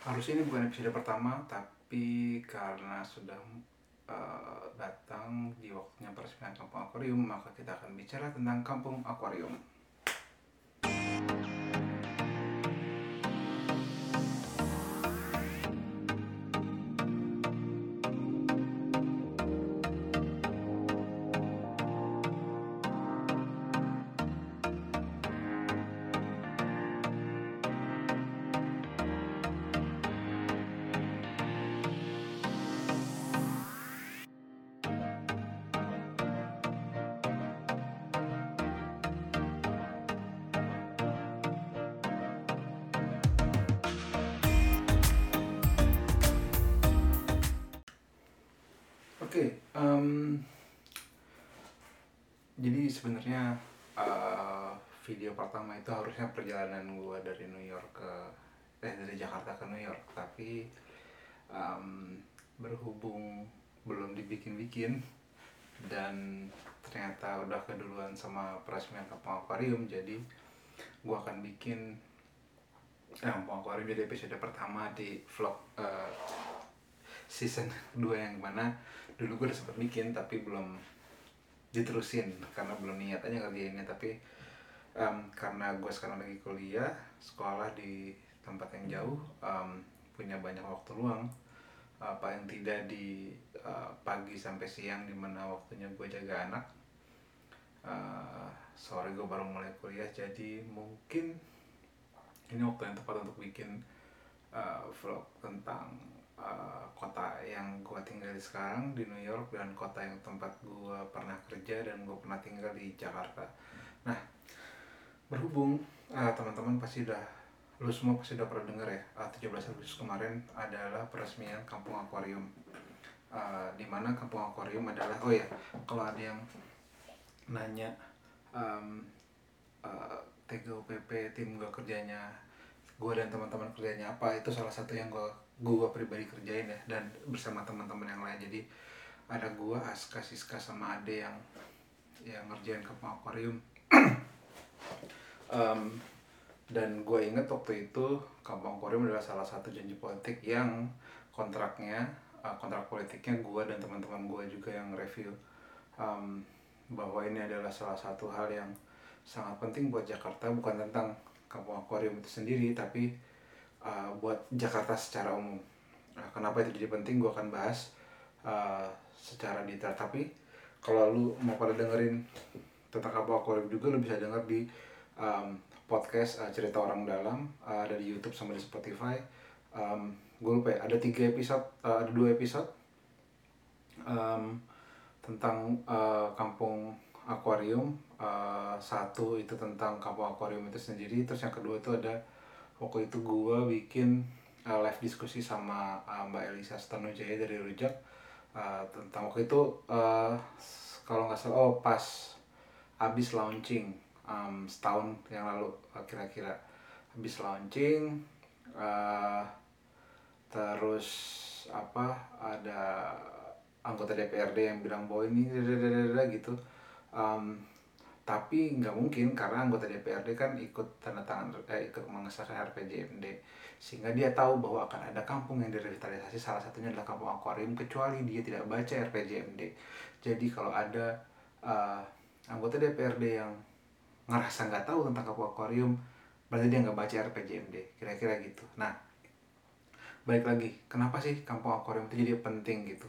Harusnya ini bukan episode pertama, tapi karena sudah datang di waktunya peresmian Kampung Akuarium, maka kita akan bicara tentang Kampung Akuarium. Oke, jadi sebenarnya uh, video pertama itu harusnya perjalanan gue dari New York dari Jakarta ke New York, tapi berhubung belum dibikin-bikin dan ternyata udah keduluan sama peresmian Kampung Akuarium, jadi gue akan bikin Kampung Akuarium jadi episode pertama di vlog season 2 yang mana dulu gue udah sempat bikin tapi belum diterusin karena belum niat aja ngerjainnya. Tapi karena gue sekarang lagi kuliah sekolah di tempat yang jauh, punya banyak waktu luang, paling tidak di pagi sampai siang dimana waktunya gue jaga anak. Sore gue baru mulai kuliah, jadi mungkin ini waktu yang tepat untuk bikin vlog tentang kota yang gue tinggal sekarang di New York dan kota yang tempat gue pernah kerja dan gue pernah tinggal di Jakarta. Nah, berhubung teman-teman pasti udah, lu semua pasti udah pernah dengar ya, 17 Agustus kemarin adalah peresmian Kampung Akuarium. Di mana Kampung Akuarium adalah, oh ya, kalau ada yang nanya um, TGOPP tim gue kerjanya, gue dan teman-teman kerjanya apa, itu salah satu yang gue pribadi kerjain ya, dan bersama teman-teman yang lain. Jadi ada gue, Aska, Siska, sama Ade yang ngerjain Kampung Akuarium. Dan gue inget waktu itu Kampung Akuarium adalah salah satu janji politik yang kontraknya, kontrak politiknya gue dan teman-teman gue juga yang review, bahwa ini adalah salah satu hal yang sangat penting buat Jakarta, bukan tentang Kampung Akuarium itu sendiri, tapi buat Jakarta secara umum. Kenapa itu jadi penting gue akan bahas secara detail. Tapi kalau lu mau pada dengerin tentang Kampung Akuarium juga, lu bisa denger di podcast Cerita Orang Dalam, ada di YouTube sama di Spotify. Gue lupa ya, ada 3 episode, ada 2 episode tentang Kampung Akuarium. Satu itu tentang Kampung Akuarium itu sendiri, terus yang kedua itu ada waktu itu gue bikin live diskusi sama Mbak Elisa Stanujaya dari Rujak, tentang waktu itu kalau nggak salah, pas habis launching, setahun yang lalu, kira-kira habis launching. uh, Terus ada anggota DPRD yang bilang bahwa ini gitu. um, tapi nggak mungkin karena anggota DPRD kan ikut tanda tangan, ikut mengesahkan RPJMD, sehingga dia tahu bahwa akan ada kampung yang direvitalisasi, salah satunya adalah Kampung Akuarium, kecuali dia tidak baca RPJMD. Jadi kalau ada uh, anggota DPRD yang ngerasa nggak tahu tentang Kampung Akuarium, berarti dia nggak baca RPJMD, kira-kira gitu. Nah, balik lagi, kenapa sih Kampung Akuarium itu jadi penting gitu?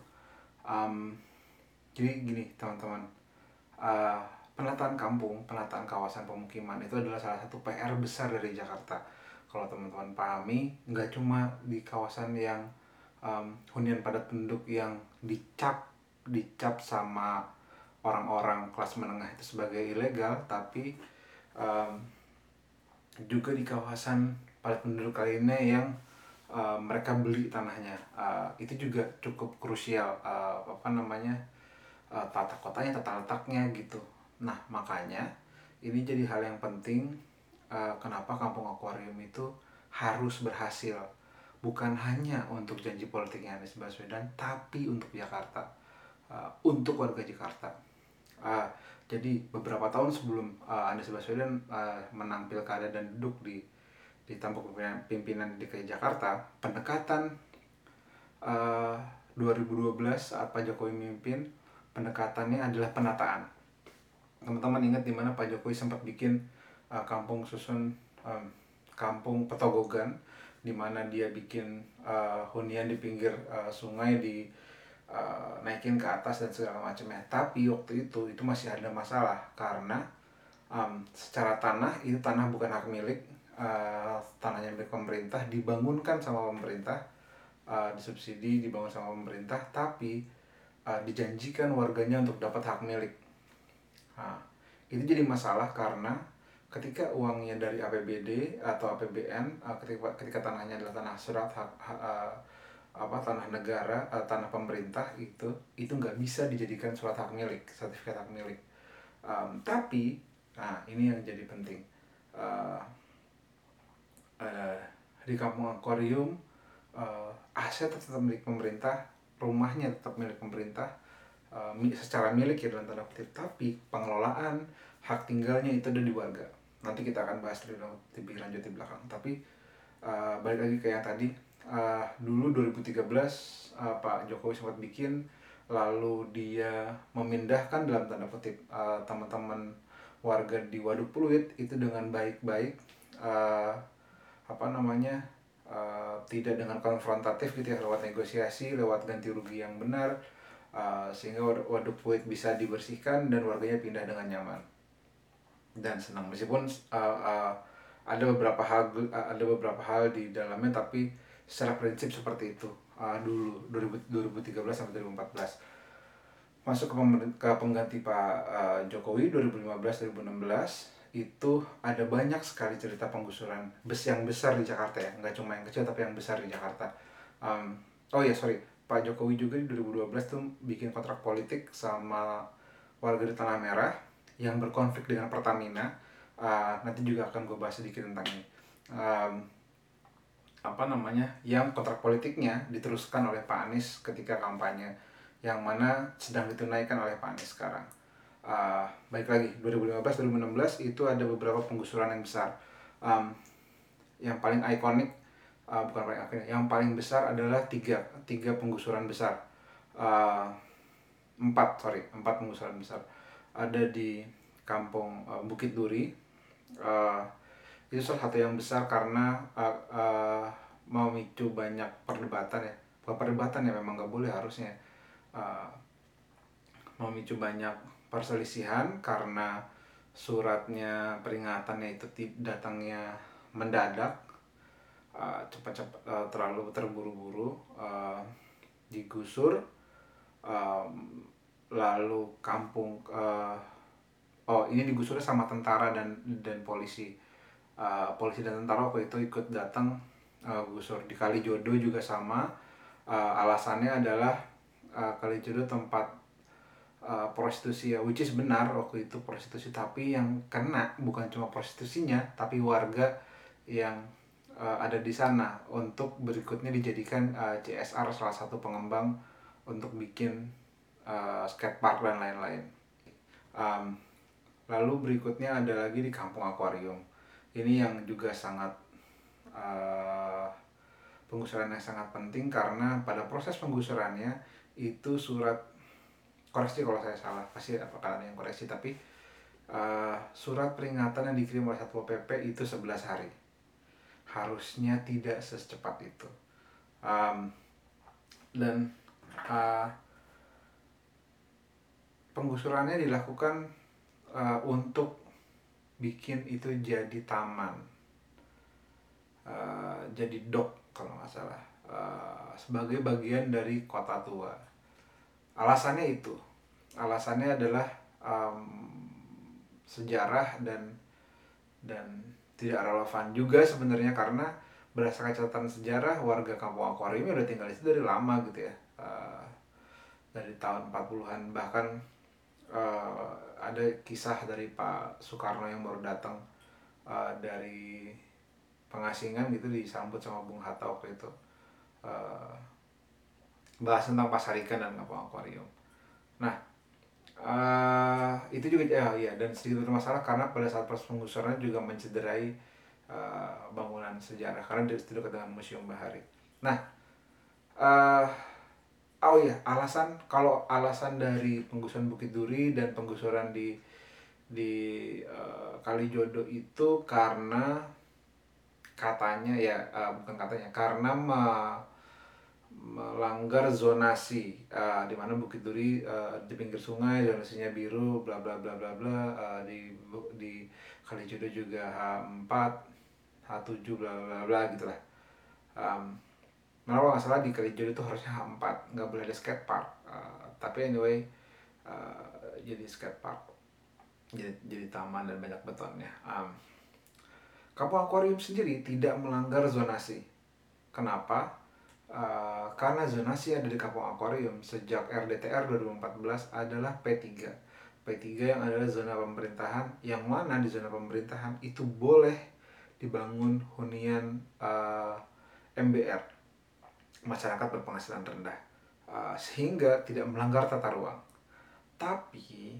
Jadi gini teman-teman, uh, penataan kawasan pemukiman itu adalah salah satu PR besar dari Jakarta. Kalau teman-teman pahami, nggak cuma di kawasan yang hunian padat penduduk yang dicap sama orang-orang kelas menengah itu sebagai ilegal, tapi um, juga di kawasan padat penduduk lainnya yang mereka beli tanahnya. Itu juga cukup krusial, tata kotanya, tata letaknya gitu. Nah, makanya ini jadi hal yang penting, kenapa Kampung Akuarium itu harus berhasil, bukan hanya untuk janji politiknya Anies Baswedan, tapi untuk Jakarta, untuk warga Jakarta. Jadi beberapa tahun sebelum Anies Baswedan menang pilkada dan duduk di di tampuk pimpinan DKI Jakarta, pendekatan 2012 saat Pak Jokowi memimpin, pendekatannya adalah penataan. Teman-teman ingat di mana Pak Jokowi sempat bikin kampung susun, kampung Petogogan, di mana dia bikin hunian di pinggir sungai, di naikin ke atas dan segala macamnya. Tapi waktu itu masih ada masalah karena secara tanah itu tanah bukan hak milik, tanahnya milik pemerintah, dibangunkan sama pemerintah, disubsidi, dibangun sama pemerintah, tapi dijanjikan warganya untuk dapat hak milik. Nah, itu jadi masalah karena ketika uangnya dari APBD atau APBN, ketika tanahnya adalah tanah surat tanah negara, tanah pemerintah, itu nggak bisa dijadikan surat hak milik, sertifikat hak milik. Tapi, nah ini yang jadi penting. Di kampung akuarium, aset tetap milik pemerintah, rumahnya tetap milik pemerintah, secara milik ya dalam tanda kutip, tapi pengelolaan hak tinggalnya itu ada di warga. Nanti kita akan bahas lebih lanjut di belakang. Tapi balik lagi ke yang tadi, dulu 2013 Pak Jokowi sempat bikin, lalu dia memindahkan dalam tanda kutip teman-teman warga di Waduk Pluit itu dengan baik-baik, tidak dengan konfrontatif gitu ya, lewat negosiasi, lewat ganti rugi yang benar, sehingga Waduk Pluit bisa dibersihkan dan warganya pindah dengan nyaman dan senang. Meskipun ada beberapa hal di dalamnya, tapi secara prinsip seperti itu. Dulu 2013 sampai 2014 masuk ke pengganti Pak Jokowi 2015-2016, itu ada banyak sekali cerita penggusuran yang besar di Jakarta ya, nggak cuma yang kecil tapi yang besar di Jakarta. Pak Jokowi juga di 2012 tuh bikin kontrak politik sama warga di Tanah Merah yang berkonflik dengan Pertamina. Nanti juga akan gue bahas sedikit tentang ini. Yang kontrak politiknya diteruskan oleh Pak Anies ketika kampanye, yang mana sedang ditunaikan oleh Pak Anies sekarang. Baik lagi, 2015-2016 itu ada beberapa penggusuran yang besar. Yang paling ikonik, yang paling besar adalah tiga penggusuran besar. Empat penggusuran besar. Ada di kampung Bukit Duri. Itu salah satu yang besar karena memicu banyak perdebatan ya. Bukan perdebatan ya, memang nggak boleh harusnya. Memicu banyak perselisihan karena suratnya, peringatannya itu datangnya mendadak, cepat-cepat, terlalu terburu-buru, digusur. Lalu kampung ini digusurnya sama tentara dan polisi. Polisi dan tentara waktu itu ikut datang gusur. Di Kalijodo juga sama. Alasannya adalah Kalijodo tempat prostitusi ya, which is benar waktu itu prostitusi, tapi yang kena bukan cuma prostitusinya, tapi warga yang ada di sana. Untuk berikutnya dijadikan CSR, salah satu pengembang untuk bikin skatepark dan lain-lain. Lalu berikutnya ada lagi di kampung akuarium. Ini yang juga sangat penggusuran yang sangat penting, karena pada proses penggusurannya itu surat, koreksi kalau saya salah, pasti akan ada yang koreksi, tapi surat peringatan yang dikirim oleh Satpol PP itu 11 hari. Harusnya tidak secepat itu. Dan penggusurannya dilakukan untuk bikin itu jadi taman, jadi dok kalau nggak salah, sebagai bagian dari kota tua. Alasannya adalah sejarah dan tidak relevan juga sebenarnya, karena berdasarkan catatan sejarah, warga kampung akuarium udah tinggal di situ dari lama gitu ya, dari tahun 40-an. Bahkan ada kisah dari Pak Soekarno yang baru datang dari pengasingan gitu, disambut sama Bung Hatta waktu itu, bahas tentang pasar ikan dan kampung akuarium. Nah, itu juga dan sedikit bermasalah karena pada saat proses penggusuran juga mencederai bangunan sejarah karena dia dekat dengan Museum Bahari. Nah, uh, oh iya, alasan dari penggusuran Bukit Duri dan penggusuran di Kalijodo itu karena katanya ya, bukan katanya, karena melanggar zonasi, di mana Bukit Duri di pinggir sungai, zonasinya biru, bla bla bla bla bla, di Kalijodo juga H4, H7, bla bla bla gitulah. Malah kalau nggak salah di Kalijodo itu harusnya H4, nggak boleh ada skate park. Tapi anyway, jadi skate park, jadi taman dan banyak betonnya. Kampung Akuarium sendiri tidak melanggar zonasi. Kenapa? Karena zonasi ada di Kampung Akuarium sejak RDTR 2014 adalah P3. P3 yang adalah zona pemerintahan, yang mana di zona pemerintahan itu boleh dibangun hunian MBR, masyarakat berpenghasilan rendah, sehingga tidak melanggar tata ruang. Tapi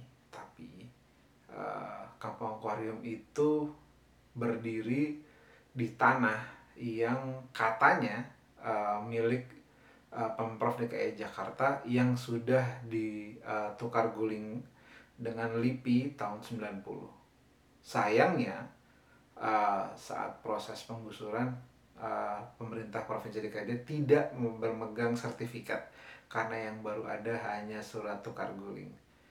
Kampung Akuarium itu berdiri di tanah yang katanya milik Pemprov DKI Jakarta yang sudah ditukar guling dengan LIPI tahun 90. Sayangnya saat proses penggusuran, pemerintah Provinsi DKI tidak bermegang sertifikat karena yang baru ada hanya surat tukar guling.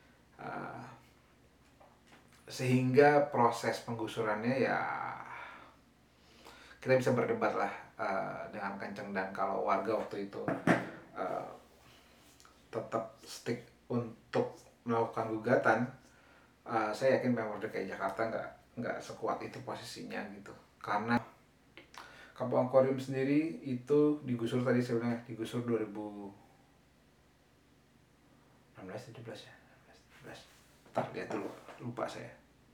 Sehingga proses penggusurannya ya kita bisa berdebat lah dengan kencang, dan kalau warga waktu itu tetap stick untuk melakukan gugatan, saya yakin Pemprov DKI Jakarta nggak sekuat itu posisinya gitu. Karena Kampung Akuarium sendiri itu digusur, tadi saya bilang digusur 2016 17 ya, 17. Ntar lihat dulu, lupa saya.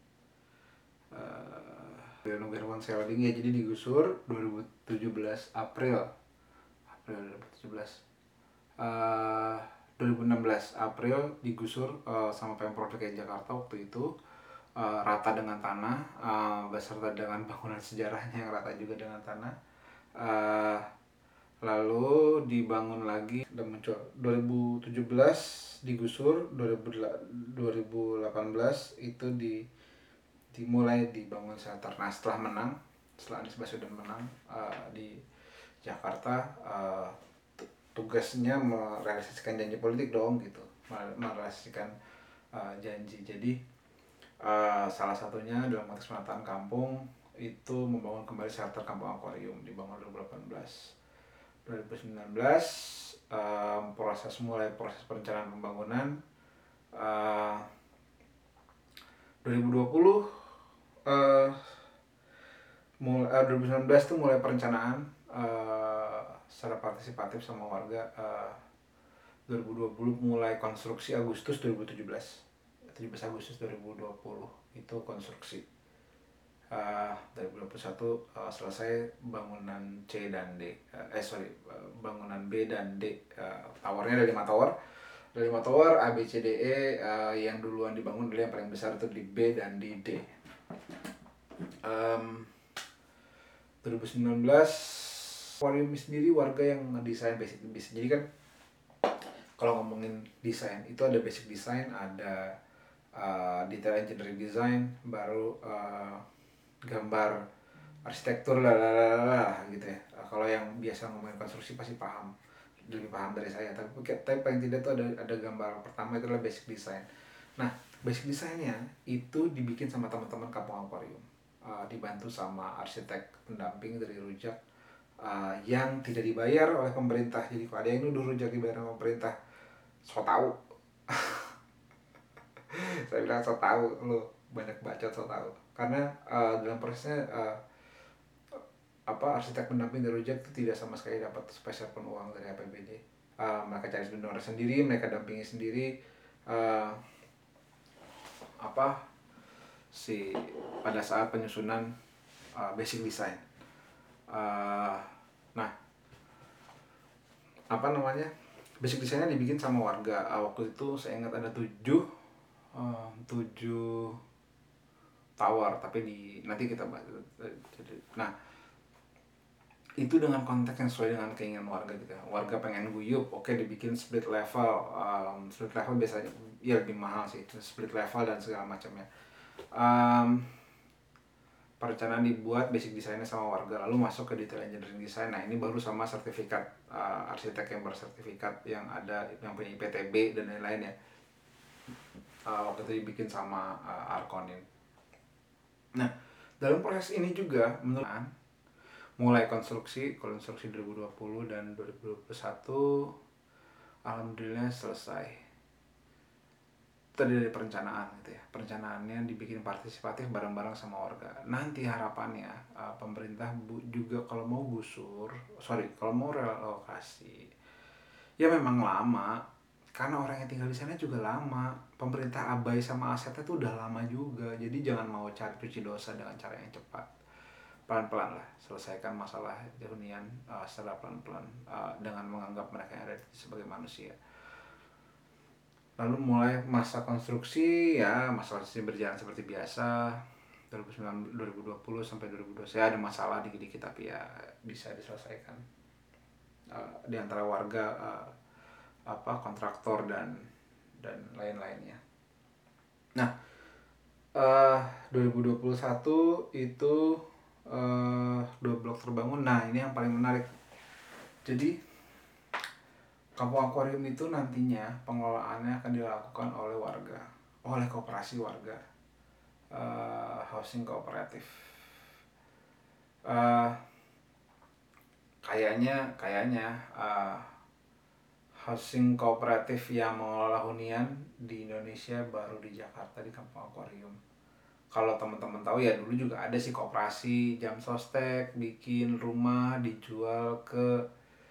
Nunggu handphone saya loading ya. Jadi digusur 2017 April 2017. 2016 April digusur sama Pemprov DKI Jakarta waktu itu, rata dengan tanah, beserta dengan bangunan sejarahnya yang rata juga dengan tanah. Lalu dibangun lagi dan muncul 2017 digusur, 2018 itu dimulai dibangun shelter. Nah, setelah Anies Baswedan menang di Jakarta, tugasnya merealisasikan janji politik dong gitu, merealisasikan janji. Jadi salah satunya dalam konteks penataan kampung itu membangun kembali shelter Kampung Akuarium, dibangun 2018. 2019 proses perencanaan pembangunan. 2020 2019 itu mulai perencanaan secara partisipatif sama warga. 2020 mulai konstruksi Agustus 2017. 17 Agustus 2020 itu konstruksi. 2021 selesai bangunan C dan D. Bangunan B dan D. Towernya ada 5 tower. Ada 5 tower A, B, C, D, E. Yang duluan dibangun dulu yang paling besar itu di B dan di D. 2019 Akuarium sendiri warga yang ngedesain basic. Jadi kan kalau ngomongin desain itu ada basic design, ada detail engineering design, baru gambar arsitektur gitu ya. Kalau yang biasa ngomongin konstruksi pasti lebih paham dari saya. Tapi paling tidak tuh ada gambar pertama, itu adalah basic design. Nah, basic desainnya itu dibikin sama teman-teman Kampung Akuarium, dibantu sama arsitek pendamping dari Rujak, yang tidak dibayar oleh pemerintah. Jadi kalau ada yang nuduh Rujak dibayar oleh pemerintah, so tau. Saya bilang so tau, lu banyak bacot, so tau. Karena dalam prosesnya arsitek pendamping dari Rujak itu tidak sama sekali dapat spesial pun uang dari APBD. Mereka cari donor sendiri, mereka dampingi sendiri. Pada saat penyusunan basic design. Basic desainnya dibikin sama warga. Waktu itu saya ingat ada 7 tower, tapi nanti kita bahas. Nah, itu dengan konteks yang sesuai dengan keinginan warga gitu ya. Warga pengen guyup, oke dibikin split level. Split level biasanya ya lebih mahal sih, split level dan segala macamnya. Perencanaan dibuat, basic desainnya sama warga, lalu masuk ke detail engineering design. Nah ini baru sama sertifikat arsitek yang bersertifikat yang ada, yang punya IPTB dan lain-lain ya. Waktu itu dibikin sama Arkonin. Nah dalam proses ini juga menurut mulai konstruksi 2020 dan 2021 alhamdulillah selesai. Tadi dari perencanaan gitu ya, perencanaannya dibikin partisipatif bareng-bareng sama warga. Nanti harapannya pemerintah juga kalau mau kalau mau relokasi ya memang lama, karena orang yang tinggal di sana juga lama. Pemerintah abai sama asetnya tuh udah lama juga, jadi jangan mau cari cuci dosa dengan cara yang cepat. Pelan-pelan lah selesaikan masalah hunian secara pelan-pelan, dengan menganggap mereka yang ada sebagai manusia. Lalu mulai masa konstruksi ya, masa konstruksi berjalan seperti biasa. 2020 sampai 2020 saya ada masalah dikit-dikit tapi ya bisa diselesaikan di antara warga, kontraktor dan lain-lainnya. Nah, 2021 itu 2 blok terbangun. Nah ini yang paling menarik. Jadi kampung akuarium itu nantinya pengelolaannya akan dilakukan oleh warga, oleh koperasi warga, housing kooperatif. Kayaknya housing kooperatif yang mengelola hunian di Indonesia baru di Jakarta di kampung akuarium. Kalau teman-teman tahu ya, dulu juga ada sih koperasi jam sostek bikin rumah dijual ke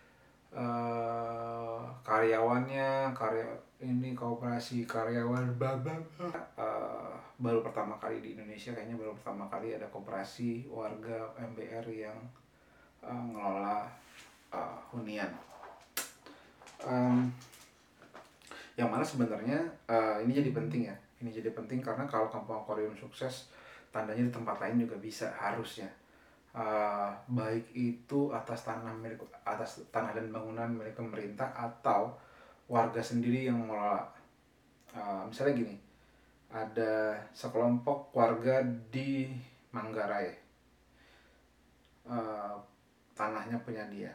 karyawannya, koperasi karyawan baru pertama kali di Indonesia, kayaknya baru pertama kali ada koperasi warga MBR yang ngelola hunian. Yang mana sebenarnya ini jadi penting ya. Ini jadi penting karena kalau kampung akuarium sukses, tandanya di tempat lain juga bisa harusnya. Baik itu atas tanah dan bangunan milik pemerintah atau warga sendiri yang mengelola. Misalnya gini, ada sekelompok warga di Manggarai, tanahnya punya dia,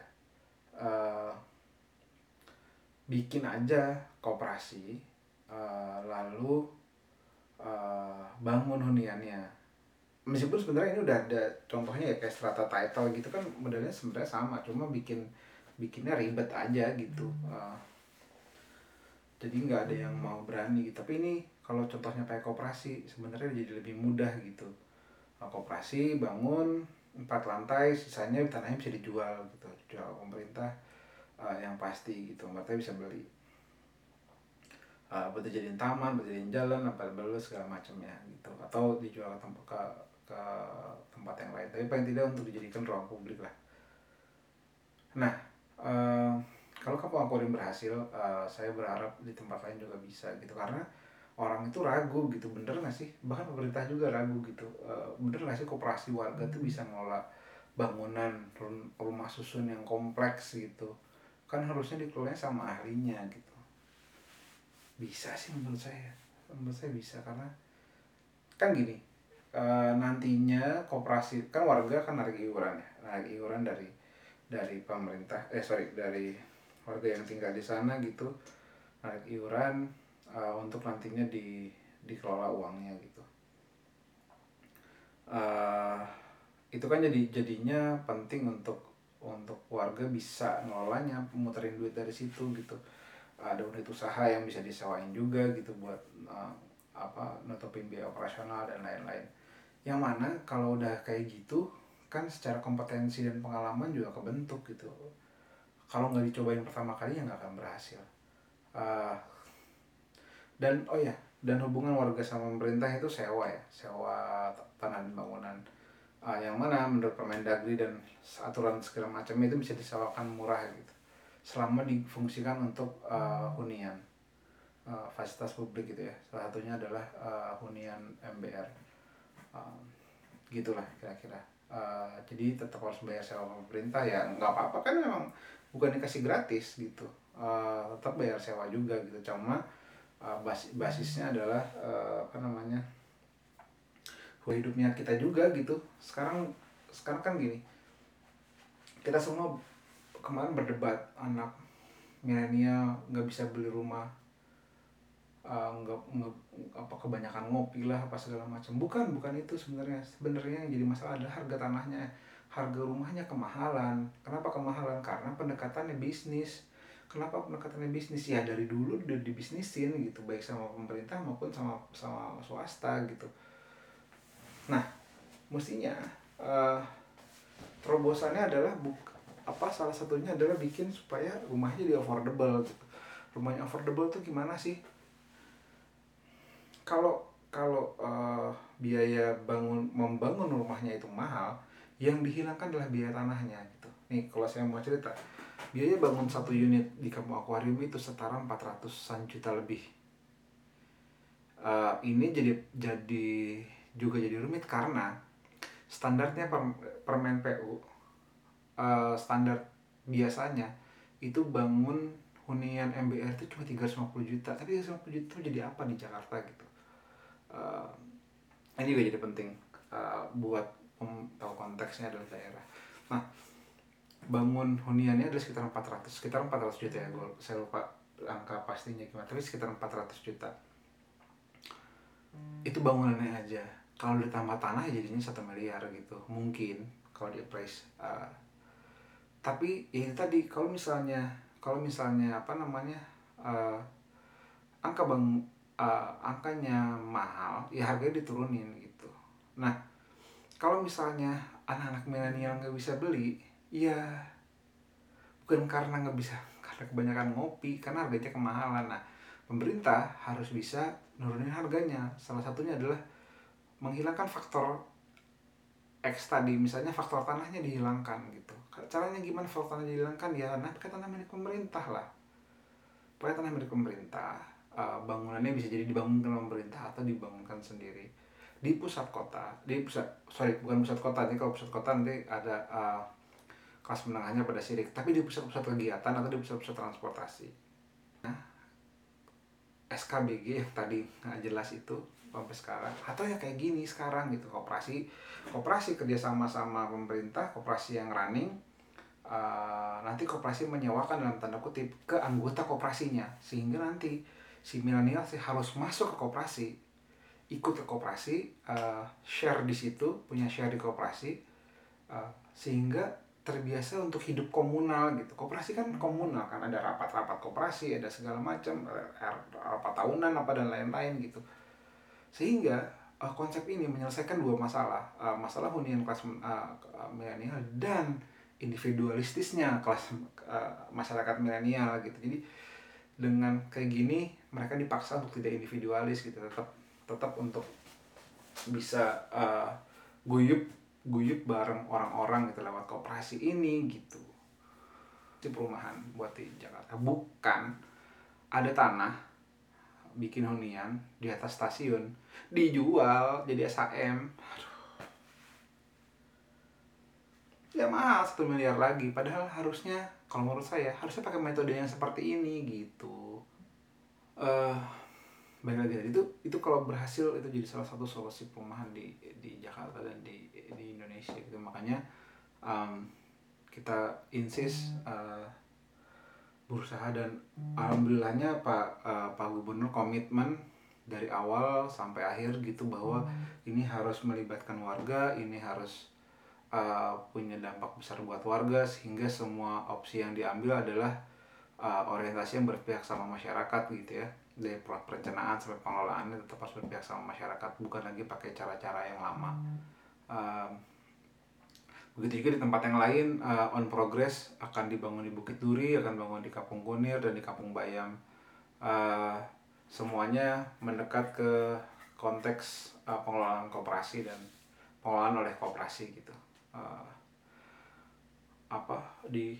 bikin aja koperasi, lalu bangun huniannya. Meskipun sebenarnya ini udah ada contohnya ya, kayak strata title gitu kan, modelnya sebenarnya sama, cuma bikinnya ribet aja gitu. Jadi nggak ada yang mau berani gitu. Tapi ini kalau contohnya kayak koperasi sebenarnya jadi lebih mudah gitu. Koperasi bangun 4 lantai, sisanya tanahnya bisa dijual gitu, dijual pemerintah yang pasti gitu, mereka bisa beli. Buat dijadiin taman, buat dijadiin jalan, apa segala macamnya gitu, atau dijual ke tempat yang lain, tapi paling tidak untuk dijadikan ruang publik lah. Nah, kalau kampung akuarium berhasil, saya berharap di tempat lain juga bisa gitu, karena orang itu ragu gitu, bener nggak sih, bahkan pemerintah juga ragu gitu, bener nggak sih koperasi warga tuh bisa ngelola bangunan rumah susun yang kompleks gitu, kan harusnya dikelolanya sama ahlinya gitu. Bisa sih menurut saya bisa, karena kan gini, nantinya koperasi kan warga kan narik iuran dari pemerintah, dari warga yang tinggal di sana gitu, narik iuran untuk nantinya dikelola uangnya gitu. Itu kan jadinya penting untuk warga bisa ngelolanya, muterin duit dari situ gitu. Ada unit usaha yang bisa disewain juga gitu buat nutupin biaya operasional dan lain-lain. Yang mana kalau udah kayak gitu kan secara kompetensi dan pengalaman juga kebentuk gitu. Kalau nggak dicobain pertama kali ya nggak akan berhasil. Dan hubungan warga sama pemerintah itu sewa tanah dan bangunan, yang mana menurut Permendagri dan aturan segala macam itu bisa disewakan murah gitu, selama difungsikan untuk hunian, fasilitas publik gitu ya. Salah satunya adalah hunian MBR. Um, Gitulah kira-kira. Jadi tetap harus bayar sewa pemerintah, ya nggak apa-apa kan, memang bukan dikasih gratis gitu. Tetap bayar sewa juga gitu, cuma basisnya adalah apa namanya, hidupnya kita juga gitu. Sekarang kan gini, kita semua kemarin berdebat, anak milenial nggak bisa beli rumah, nggak apa, kebanyakan ngopi lah apa segala macam. Bukan itu sebenarnya yang jadi masalah adalah harga tanahnya, harga rumahnya kemahalan. Kenapa kemahalan? Karena pendekatannya bisnis. Kenapa pendekatannya bisnis? Ya dari dulu udah dibisnisin gitu, baik sama pemerintah maupun sama swasta gitu. Nah, mestinya uh, terobosannya adalah salah satunya adalah bikin supaya rumahnya jadi affordable gitu. Rumahnya affordable tuh gimana sih? Kalau kalau biaya membangun rumahnya itu mahal, yang dihilangkan adalah biaya tanahnya gitu. Nih kalau saya mau cerita, biaya bangun satu unit di kampung akuarium itu setara 400-an juta lebih. Ini jadi juga jadi rumit karena standarnya Permen PU, standar biasanya itu bangun hunian MBR itu cuma 350 juta. Tapi 350 juta itu jadi apa di Jakarta gitu. Uh, ini juga jadi penting buat tahu konteksnya adalah daerah. Nah, bangun huniannya adalah sekitar 400 juta ya, saya lupa angka pastinya gimana, tapi sekitar 400 juta. Itu bangunannya aja. Kalau ditambah tanah jadinya 1 miliar gitu mungkin kalau di price. Tapi ya itu tadi, kalau misalnya apa namanya, uh, angkanya mahal, ya harganya diturunin gitu. Nah, kalau misalnya anak-anak milenial nggak bisa beli, ya bukan karena nggak bisa, karena kebanyakan ngopi, karena harganya kemahalan. Nah, pemerintah harus bisa nurunin harganya. Salah satunya adalah menghilangkan faktor X tadi, misalnya faktor tanahnya dihilangkan gitu. Caranya gimana faktor tanahnya dihilangkan? Ya, nah pakai tanah milik pemerintah lah. Pakai tanah milik pemerintah, bangunannya bisa jadi dibangunkan oleh pemerintah atau dibangunkan sendiri di pusat kota, bukan pusat kota. Jadi kalau pusat kota nanti ada kelas menengahnya pada sirik, tapi di pusat-pusat kegiatan atau di pusat-pusat transportasi. Nah, SKBG yang tadi nggak jelas itu sampai sekarang, atau ya kayak gini sekarang gitu, koperasi kerjasama sama pemerintah, koperasi yang running, nanti koperasi menyewakan dalam tanda kutip ke anggota koperasinya, sehingga nanti si milenial sih harus masuk ke koperasi, ikut ke koperasi, share di situ, punya share di koperasi, sehingga terbiasa untuk hidup komunal gitu. Koperasi kan komunal kan, ada rapat-rapat koperasi, ada segala macam, rapat tahunan apa dan lain-lain gitu. Sehingga konsep ini menyelesaikan dua masalah, masalah hunian kelas milenial dan individualistisnya kelas masyarakat milenial gitu. Jadi dengan kayak gini mereka dipaksa untuk tidak individualis gitu, tetap untuk bisa guyup bareng orang-orang gitu lewat koperasi ini gitu. Itu perumahan buat di Jakarta, bukan ada tanah bikin hunian di atas stasiun dijual jadi SHM. Ya mahal 1 miliar lagi, padahal harusnya, kalau menurut saya harusnya pakai metode yang seperti ini gitu. Baik lagi itu kalau berhasil itu jadi salah satu solusi perumahan di Jakarta dan di Indonesia gitu. Makanya kita insist berusaha, dan alhamdulillahnya Pak Gubernur komitmen dari awal sampai akhir gitu, bahwa ini harus melibatkan warga, ini harus punya dampak besar buat warga, sehingga semua opsi yang diambil adalah orientasi yang berpihak sama masyarakat gitu ya. Dari perencanaan sampai pengelolaannya tetap harus berpihak sama masyarakat, bukan lagi pakai cara-cara yang lama. Begitu juga di tempat yang lain, on progress, akan dibangun di Bukit Duri, akan dibangun di Kampung Kunir dan di Kampung Bayam. Semuanya mendekat ke konteks pengelolaan koperasi dan pengelolaan oleh koperasi gitu. Di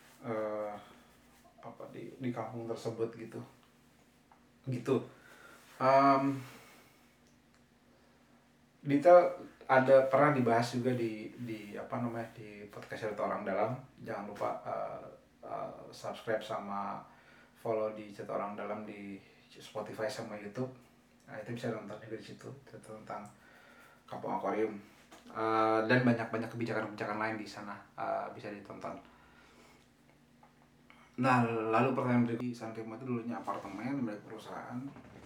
di kampung tersebut gitu. detail ada pernah dibahas juga di apa namanya di podcast Cerita Orang Dalam. Jangan lupa subscribe sama follow di Cerita Orang Dalam di Spotify sama YouTube. Nah, itu bisa nonton juga di situ tentang Kampung Akuarium. Dan banyak kebijakan-kebijakan lain di sana bisa ditonton. Nah, lalu pertanyaan berikutnya, San Remo itu dulunya apartemen milik perusahaan.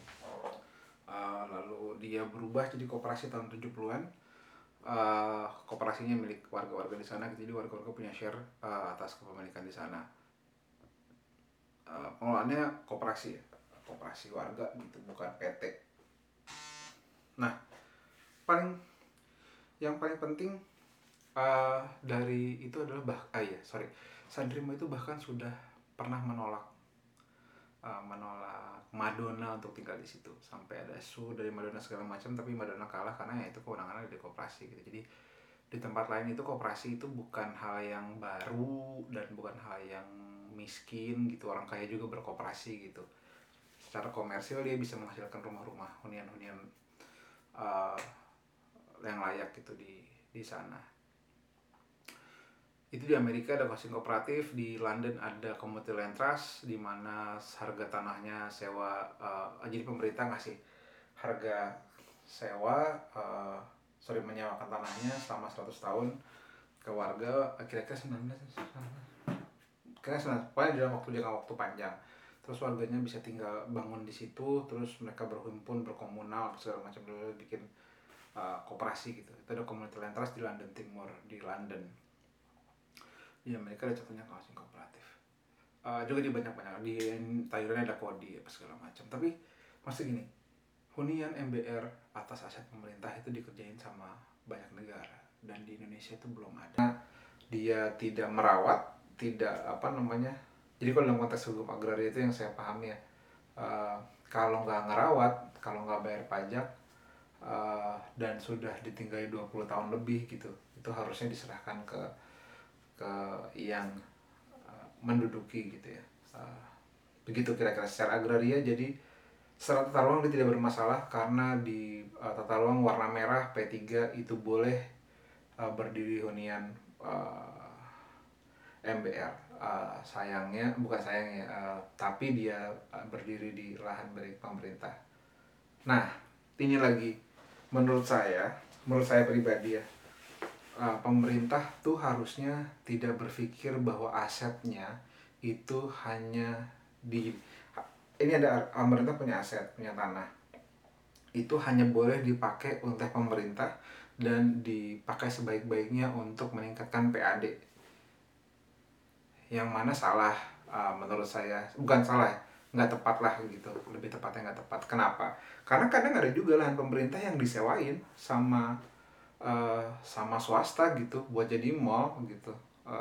Lalu dia berubah jadi koperasi tahun 70-an. Koperasinya milik warga-warga di sana, jadi warga-warga punya share atas kepemilikan di sana. Pengelolaannya koperasi ya, koperasi warga gitu, bukan PT. Nah, yang paling penting dari itu adalah San Remo itu bahkan sudah pernah menolak Madonna untuk tinggal di situ, sampai ada isu dari Madonna segala macam, tapi Madonna kalah karena ya itu kewenangannya di koperasi gitu. Jadi di tempat lain itu koperasi itu bukan hal yang baru dan bukan hal yang miskin gitu, orang kaya juga berkoperasi gitu. Secara komersil dia bisa menghasilkan rumah-rumah hunian-hunian yang layak gitu di sana. Itu di Amerika ada housing kooperatif, di London ada community land trust di mana harga tanahnya sewa, jadi pemerintah ngasih harga sewa, menyewakan tanahnya selama 100 tahun ke warga, kira-kira 19 pokoknya dalam jangka waktu panjang. Terus warganya bisa tinggal bangun di situ, terus mereka berhimpun, berkomunal segala macam, dulu bikin koperasi gitu. Itu ada community land trust di London Timur, di London. Di Amerika ada contohnya housing kooperatif. Juga di banyak-banyak, di Thailand ada kodi apa segala macam. Tapi maksud gini, hunian MBR atas aset pemerintah itu dikerjain sama banyak negara, dan di Indonesia itu belum ada. Dia tidak merawat, tidak jadi kalau dalam konteks hukum agraria itu yang saya pahami ya, kalau nggak ngerawat, kalau nggak bayar pajak, dan sudah ditinggali 20 tahun lebih gitu, itu harusnya diserahkan ke yang menduduki gitu ya. Begitu kira-kira secara agraria. Jadi secara tata ruang dia tidak bermasalah, karena di tata ruang warna merah P3 itu boleh berdiri hunian MBR. Tapi dia berdiri di lahan milik pemerintah. Nah, ini lagi menurut saya pribadi ya, pemerintah tuh harusnya tidak berpikir bahwa asetnya itu hanya ini ada pemerintah punya aset, punya tanah, itu hanya boleh dipakai oleh pemerintah dan dipakai sebaik-baiknya untuk meningkatkan PAD. Yang mana salah, menurut saya, bukan salah, nggak tepat lah gitu, lebih tepatnya nggak tepat. Kenapa? Karena kadang ada juga lahan pemerintah yang disewain sama swasta gitu buat jadi mall gitu.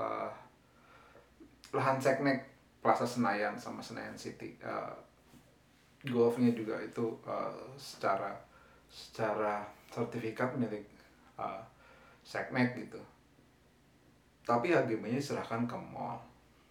Lahan Seknek Plaza Senayan sama Senayan City, golfnya juga itu secara sertifikat milik Seknek gitu, tapi HGB-nya diserahkan ke mall.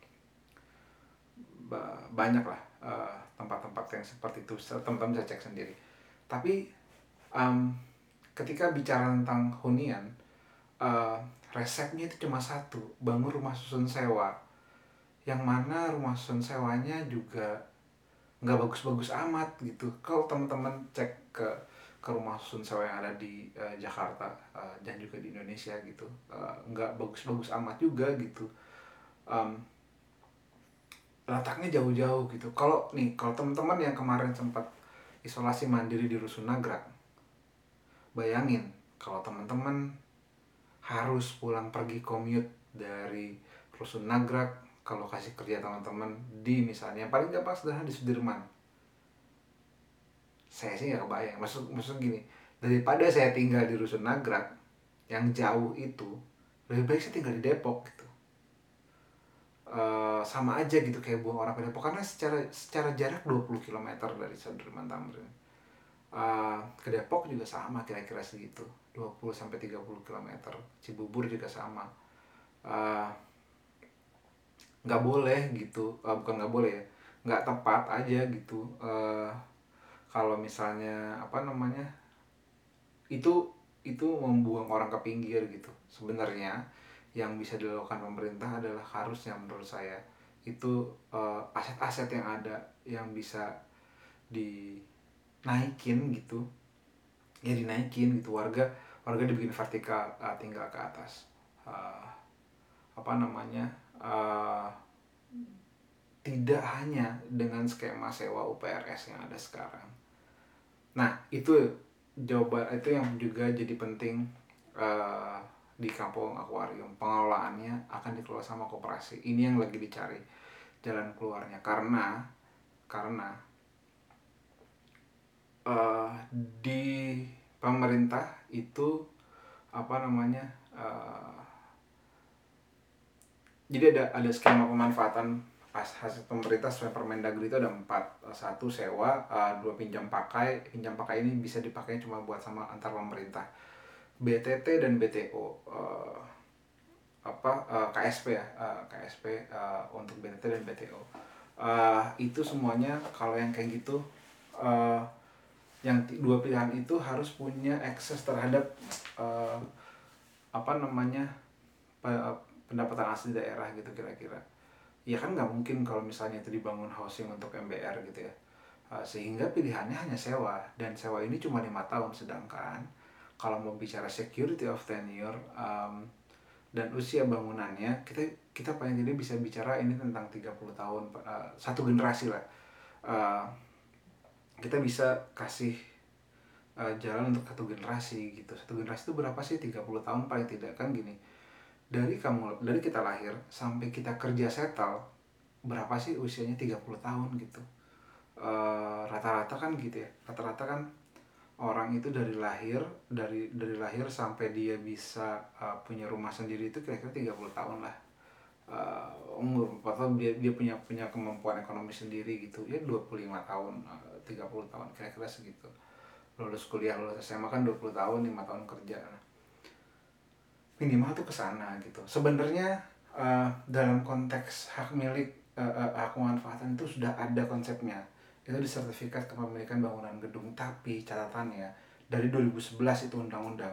Banyak lah tempat-tempat yang seperti itu, teman-teman bisa cek sendiri. Tapi ketika bicara tentang hunian, resepnya itu cuma satu, bangun rumah susun sewa, yang mana rumah susun sewanya juga nggak bagus-bagus amat gitu. Kalau teman-teman cek ke rumah susun sewa yang ada di Jakarta dan juga di Indonesia gitu, nggak bagus-bagus amat juga gitu. Letaknya jauh-jauh gitu. Kalau teman-teman yang kemarin sempat isolasi mandiri di Rusun Nagrak, bayangin kalau teman-teman harus pulang pergi commute dari Rusun Nagrak ke lokasi kerja teman-teman di misalnya paling gampang sederhana di Sudirman. Saya sih nggak kebayang. Maksud gini, daripada saya tinggal di Rusun Nagrak yang jauh itu, lebih baik saya tinggal di Depok gitu. Sama aja gitu kayak buang orang ke Depok, karena secara jarak 20 km dari Sudirman Tamrin. Ke Depok juga sama kira-kira segitu, 20-30 km. Cibubur juga sama. Nggak boleh gitu, bukan nggak boleh ya, nggak tepat aja gitu. Kalau misalnya itu itu membuang orang ke pinggir gitu. Sebenarnya yang bisa dilakukan pemerintah adalah harusnya menurut saya itu aset-aset yang ada yang bisa dinaikin gitu, ya dinaikin gitu. Warga warga dibikin vertikal, tinggal ke atas. Uh, apa namanya uh, Tidak hanya dengan skema sewa UPRS yang ada sekarang. Nah, itu jawaban itu yang juga jadi penting. uh, di kampung akuarium pengelolaannya akan dikelola sama koperasi. Ini yang lagi dicari jalan keluarnya, karena uh, di pemerintah itu apa namanya uh, jadi ada skema pemanfaatan hasil pemerintah sesuai Permendagri itu ada 4. Satu sewa, dua pinjam pakai. Pinjam pakai ini bisa dipakai cuma buat sama antar pemerintah, BTT dan BTO. KSP ya, KSP untuk BTT dan BTO. Itu semuanya kalau yang kayak gitu, yang dua pilihan itu harus punya akses terhadap uh, apa namanya pendapatan asli daerah gitu kira-kira. Ya kan nggak mungkin kalau misalnya itu dibangun housing untuk MBR gitu ya. Sehingga pilihannya hanya sewa, dan sewa ini cuma 5 tahun. Sedangkan kalau mau bicara security of tenure dan usia bangunannya, kita kita paling tidak bisa bicara ini tentang 30 tahun, satu generasi lah. Uh, Kita bisa kasih jalan untuk satu generasi gitu. Satu generasi itu berapa sih? 30 tahun paling tidak, kan gini. Dari kita lahir sampai kita kerja settle, berapa sih usianya? 30 tahun gitu. Rata-rata kan gitu ya. Rata-rata kan orang itu dari lahir sampai dia bisa punya rumah sendiri itu kira-kira 30 tahun lah. Umur atau dia punya kemampuan ekonomi sendiri gitu ya 25 tahun, 30 tahun kira-kira segitu. Lulus kuliah, lulus SMA kan 20 tahun, 5 tahun kerja. Minimal tuh ke sana gitu. Sebenarnya dalam konteks hak milik, hak pemanfaatan itu sudah ada konsepnya. Itu di sertifikat kepemilikan bangunan gedung, tapi catatannya dari 2011 itu undang-undang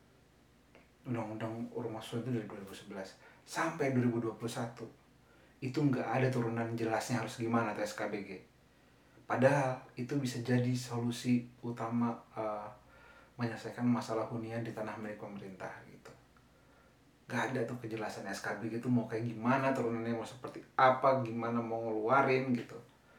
rumah susun itu dari 2011 sampai 2021 itu nggak ada turunan jelasnya harus gimana tuh SKBG. Padahal itu bisa jadi solusi utama menyelesaikan masalah hunian di tanah milik pemerintah gitu. Gak ada tuh kejelasan SKB gitu mau kayak gimana, turunannya mau seperti apa, gimana mau ngeluarin gitu.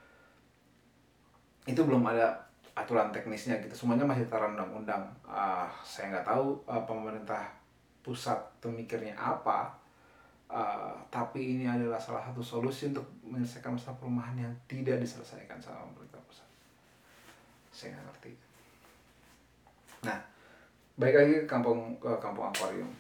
Itu belum ada aturan teknisnya gitu, semuanya masih tataran undang-undang. Saya nggak tahu pemerintah pusat tuh mikirnya apa. Tapi ini adalah salah satu solusi untuk menyelesaikan masalah perumahan yang tidak diselesaikan sama pemerintah pusat. Saya nggak ngerti. Nah, balik lagi ke kampung akuarium.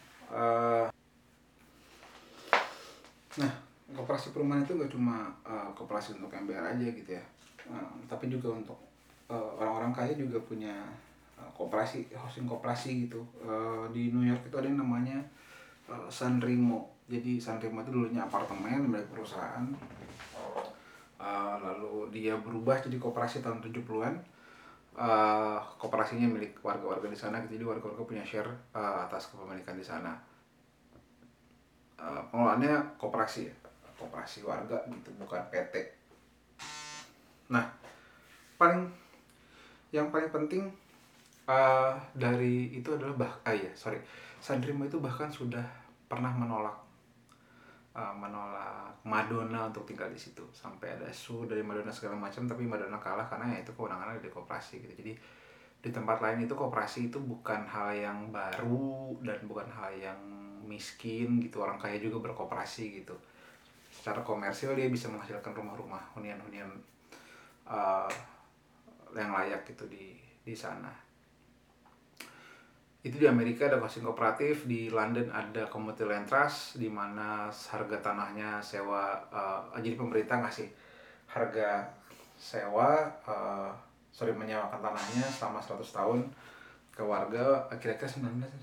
Nah, koperasi perumahan itu nggak cuma koperasi untuk MBR aja gitu ya, tapi juga untuk orang-orang kaya juga punya koperasi, housing koperasi gitu. Di New York itu ada yang namanya Sanremo. Jadi Sanremo itu dulunya apartemen milik perusahaan, lalu dia berubah jadi koperasi tahun 70-an. Koperasinya milik warga-warga di sana, jadi warga-warga punya share atas kepemilikan di sana. Pengelolaannya koperasi warga gitu, bukan PT. Nah, yang paling penting dari itu adalah Sanremo itu bahkan sudah pernah menolak Madonna untuk tinggal di situ, sampai ada isu dari Madonna segala macam, tapi Madonna kalah karena ya itu kewenangannya di koperasi gitu. Jadi di tempat lain itu koperasi itu bukan hal yang baru dan bukan hal yang miskin gitu. Orang kaya juga berkoperasi gitu. Secara komersil dia bisa menghasilkan rumah-rumah, hunian-hunian yang layak gitu di sana. Itu di Amerika ada housing kooperatif, di London ada community land trust, di mana harga tanahnya sewa, jadi pemerintah ngasih harga sewa, menyewakan tanahnya selama 100 tahun ke warga, kira-kira 19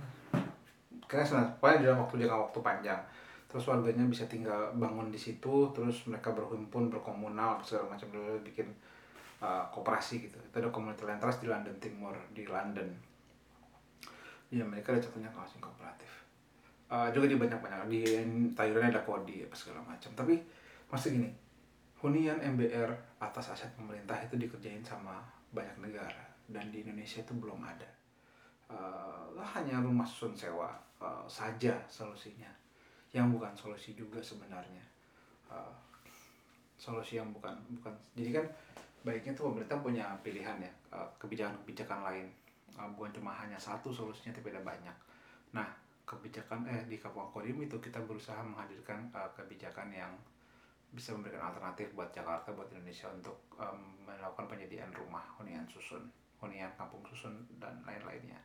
paling dalam jangka waktu panjang. Terus warganya bisa tinggal bangun di situ, terus mereka berhimpun, berkomunal segala macam, dulu bikin koperasi gitu. Itu ada community land trust di London Timur, di London. Iya, mereka ada contohnya housing kooperatif. Juga di banyak-banyak di Thailand ada kodi apa segala macam. Tapi maksud gini, hunian MBR atas aset pemerintah itu dikerjain sama banyak negara dan di Indonesia itu belum ada. Hanya rumah susun sewa saja solusinya, yang bukan solusi juga sebenarnya. Uh, Solusi yang bukan bukan jadi kan baiknya tuh pemerintah punya pilihan ya, kebijakan-kebijakan lain. Bukan cuma hanya satu solusinya tapi ada banyak. Nah, kebijakan di Kampung Aquarium itu kita berusaha menghadirkan kebijakan yang bisa memberikan alternatif buat Jakarta, buat Indonesia untuk melakukan penyediaan rumah hunian susun, hunian kampung susun dan lain-lainnya.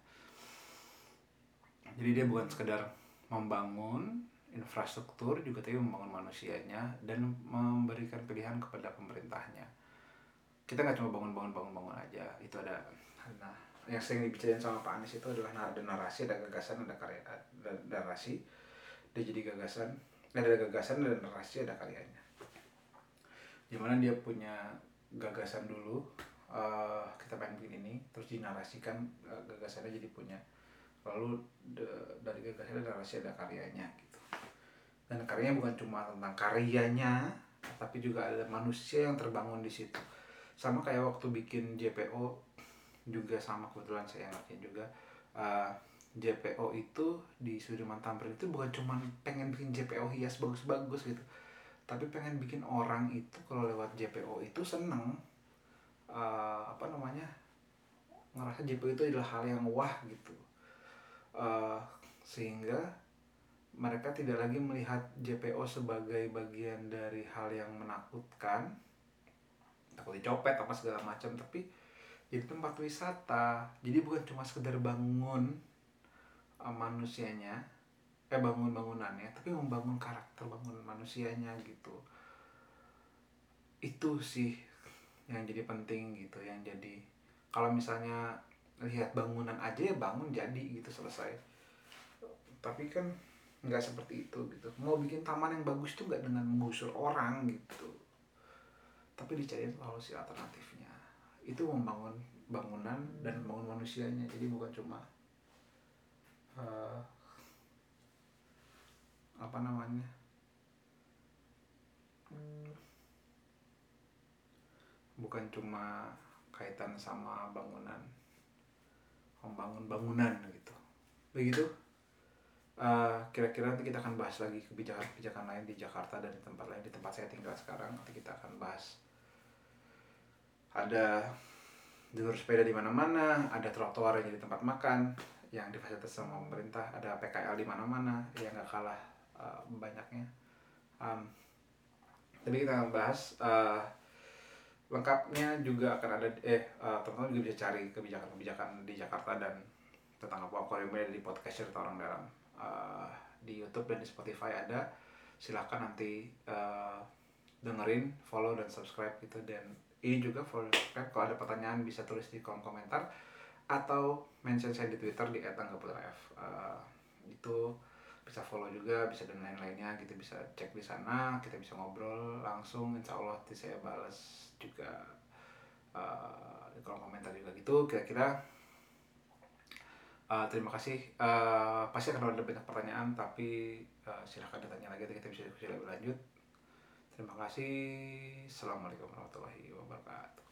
Jadi dia bukan sekedar membangun infrastruktur juga, tapi membangun manusianya dan memberikan pilihan kepada pemerintahnya. Kita nggak cuma bangun aja. Itu ada, nah, yang sering dibicarain sama Pak Anies itu adalah ada narasi, ada gagasan, ada karya, ada narasi. Dia jadi gagasan, ada gagasan, ada narasi, ada karyanya. Dimana dia punya gagasan dulu, kita pengen bikin ini, terus dinarasikan, gagasannya jadi punya, lalu dari gagasan ada narasi, ada karyanya gitu. Dan karyanya bukan cuma tentang karyanya, tapi juga ada manusia yang terbangun di situ. Sama kayak waktu bikin JPO juga sama, kebetulan saya ngertiin juga. JPO itu di Sudirman Tamrin itu bukan cuma pengen bikin JPO hias bagus-bagus gitu, tapi pengen bikin orang itu kalau lewat JPO itu seneng, ngerasa JPO itu adalah hal yang wah gitu. Sehingga mereka tidak lagi melihat JPO sebagai bagian dari hal yang menakutkan, takut dicopet apa segala macam, tapi jadi tempat wisata. Jadi bukan cuma sekedar bangun manusianya, bangun bangunannya, tapi membangun karakter, bangun manusianya gitu. Itu sih yang jadi penting gitu, yang jadi kalau misalnya lihat bangunan aja ya bangun jadi gitu selesai. Tapi kan nggak seperti itu gitu. Mau bikin taman yang bagus tuh nggak dengan menggusur orang gitu, tapi dicariin solusi alternatifnya. Itu membangun bangunan dan membangun manusianya. Jadi bukan cuma uh, apa namanya bukan cuma kaitan sama bangunan, membangun bangunan gitu. Begitu. Kira-kira nanti kita akan bahas lagi kebijakan-kebijakan lain di Jakarta dan di tempat lain, di tempat saya tinggal sekarang. Nanti kita akan bahas, ada jalur sepeda di mana-mana, ada trotoar yang jadi tempat makan yang difasilitasi sama pemerintah, ada PKL di mana-mana yang nggak kalah banyaknya. Tapi kita akan bahas lengkapnya juga akan ada, teman-teman juga bisa cari kebijakan-kebijakan di Jakarta dan tentang apa Aquarium di podcast Cerita Orang Dalam. Di YouTube dan di Spotify ada, silahkan nanti dengerin, follow dan subscribe gitu. Dan ini juga follow dan subscribe, kalau ada pertanyaan bisa tulis di kolom komentar atau mention saya di Twitter di @anggaputraf. Itu bisa follow juga, bisa dan lain-lainnya gitu, bisa cek di sana, kita bisa ngobrol langsung, insya Allah nanti saya balas juga di kolom komentar juga gitu. Kira-kira terima kasih. Pasti akan ada banyak pertanyaan, tapi silahkan ditanya lagi, kita bisa diskusi lebih lanjut. Terima kasih. Assalamualaikum warahmatullahi wabarakatuh.